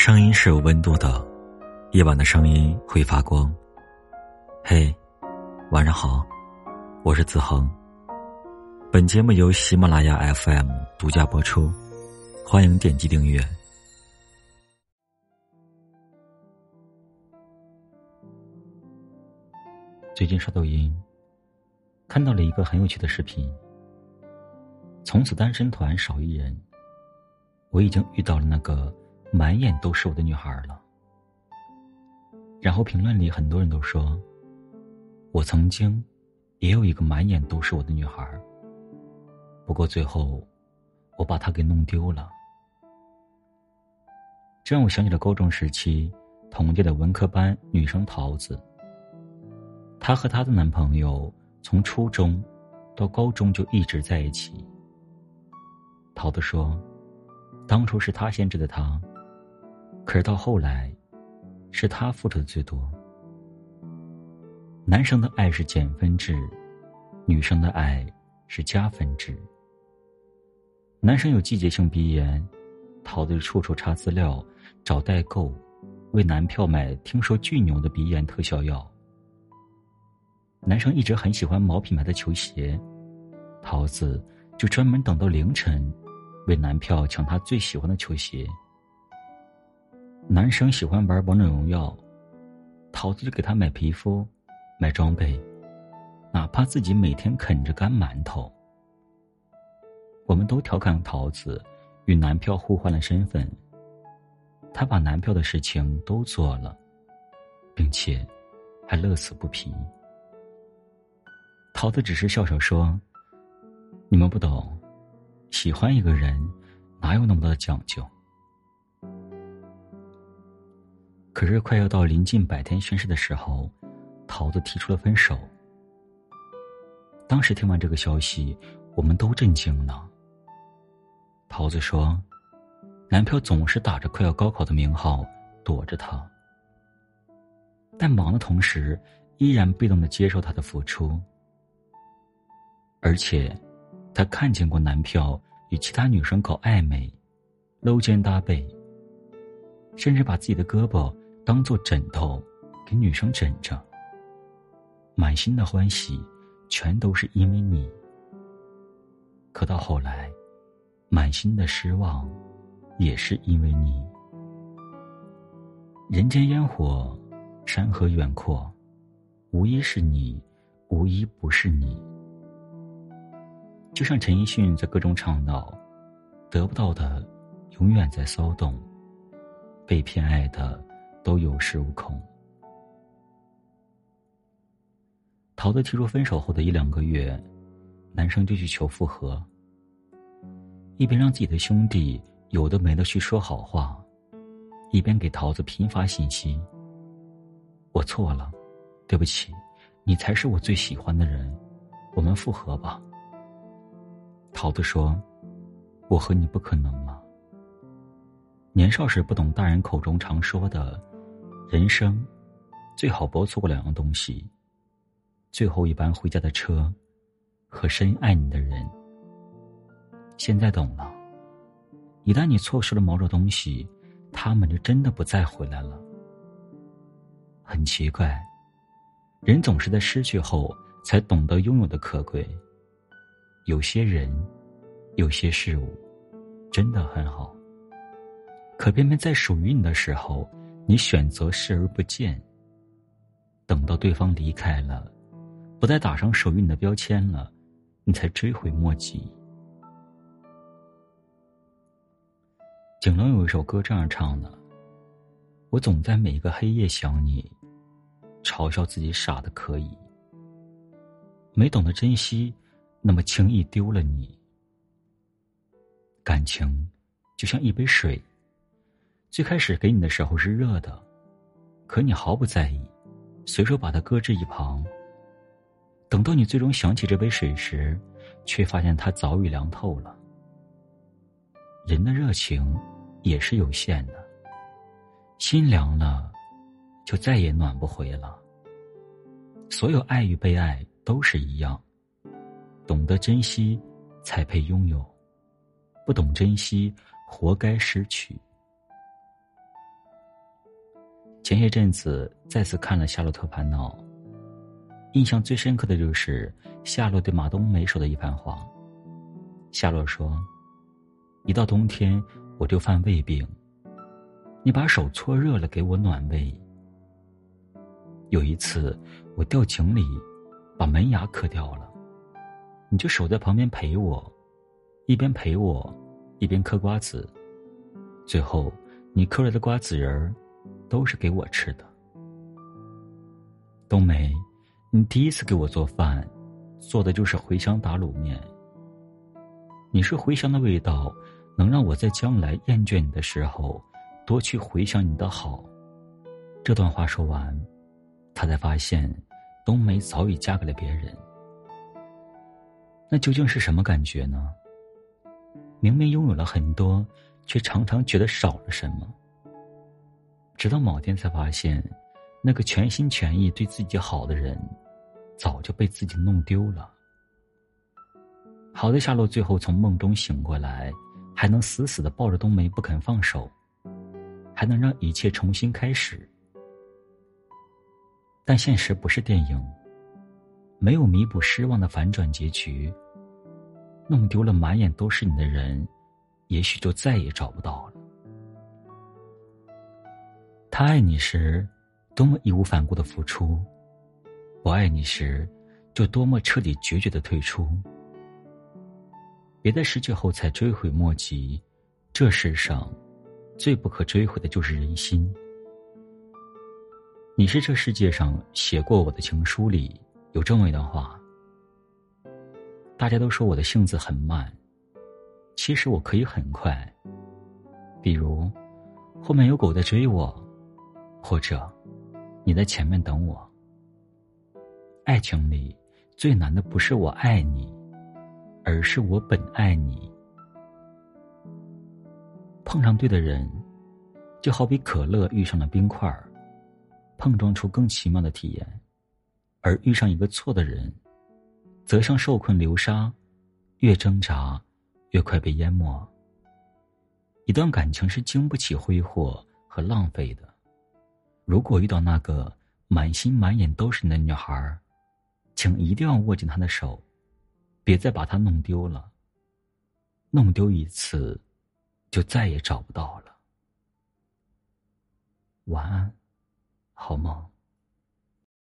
声音是有温度的，夜晚的声音会发光。嘿，晚上好，我是子恒。本节目由喜马拉雅 FM 独家播出，欢迎点击订阅。最近刷抖音，看到了一个很有趣的视频。从此单身团少一人，我已经遇到了那个满眼都是我的女孩了。然后评论里很多人都说，我曾经也有一个满眼都是我的女孩，不过最后我把她给弄丢了。这让我想起了高中时期同届的文科班女生桃子。她和她的男朋友从初中到高中就一直在一起。桃子说，当初是他先知的他，可是到后来是他付出的最多。男生的爱是减分制，女生的爱是加分制。男生有季节性鼻炎，桃子处处查资料找代购，为男票买听说巨牛的鼻炎特效药。男生一直很喜欢某品牌的球鞋，桃子就专门等到凌晨为男票抢他最喜欢的球鞋。男生喜欢玩王者荣耀，桃子就给他买皮肤买装备，哪怕自己每天啃着干馒头。我们都调侃桃子与男票互换了身份，他把男票的事情都做了，并且还乐此不疲。桃子只是笑笑说，你们不懂，喜欢一个人哪有那么多的讲究。可是快要到临近100天宣誓的时候，桃子提出了分手。当时听完这个消息，我们都震惊了。桃子说，男票总是打着快要高考的名号躲着她，但忙的同时依然被动地接受她的付出。而且他看见过男票与其他女生搞暧昧，搂肩搭背，甚至把自己的胳膊当作枕头给女生枕着。满心的欢喜全都是因为你。可到后来，满心的失望也是因为你。人间烟火，山河远阔，无一是你，无一不是你。就像陈奕迅在歌中唱道，得不到的永远在骚动，被偏爱的都有恃无恐。桃子提出分手后的1-2个月，男生就去求复合，一边让自己的兄弟有的没的去说好话，一边给桃子频发信息，我错了，对不起，你才是我最喜欢的人，我们复合吧。桃子说，我和你不可能了。年少时不懂大人口中常说的，人生最好不要错过2样东西，最后一班回家的车和深爱你的人。现在懂了，一旦你错失了某种东西，他们就真的不再回来了。很奇怪，人总是在失去后才懂得拥有的可贵。有些人，有些事物真的很好，可偏偏在属于你的时候，你选择视而不见。等到对方离开了，不再打上属于你的标签了，你才追悔莫及。景龙有一首歌这样唱的，我总在每一个黑夜想你，嘲笑自己傻得可以，没懂得珍惜，那么轻易丢了你。感情就像一杯水，最开始给你的时候是热的，可你毫不在意，随手把它搁置一旁。等到你最终想起这杯水时，却发现它早已凉透了。人的热情也是有限的，心凉了就再也暖不回了。所有爱与被爱都是一样，懂得珍惜才配拥有，不懂珍惜活该失去。 前些阵子再次看了《夏洛特烦恼》，印象最深刻的就是夏洛对马冬梅说的一番话。夏洛说：“一到冬天我就犯胃病，你把手搓热了给我暖胃。有一次我掉井里，把门牙磕掉了，你就守在旁边陪我，一边陪我，一边嗑瓜子。最后你嗑来的瓜子仁儿，都是给我吃的。冬梅，你第一次给我做饭，做的就是茴香打卤面。你说茴香的味道，能让我在将来厌倦你的时候，多去回想你的好。”这段话说完，他才发现冬梅早已嫁给了别人。那究竟是什么感觉呢？明明拥有了很多，却常常觉得少了什么。直到某天才发现，那个全心全意对自己好的人，早就被自己弄丢了。好的夏洛最后从梦中醒过来，还能死死地抱着冬梅不肯放手，还能让一切重新开始。但现实不是电影，没有弥补失望的反转结局，弄丢了满眼都是你的人，也许就再也找不到了。他爱你时，多么义无反顾的付出；不爱你时，就多么彻底决绝的退出。别在失去后才追悔莫及，这世上最不可追悔的就是人心。你是这世界上写过我的情书里有这么一段话：大家都说我的性子很慢，其实我可以很快。比如后面有狗在追我，或者你在前面等我。爱情里最难的不是我爱你，而是我本爱你。碰上对的人，就好比可乐遇上了冰块，碰撞出更奇妙的体验；而遇上一个错的人，则像受困流沙，越挣扎越快被淹没。一段感情是经不起挥霍和浪费的。如果遇到那个满心满眼都是你的女孩，请一定要握紧她的手，别再把她弄丢了。弄丢一次，就再也找不到了。晚安，好梦。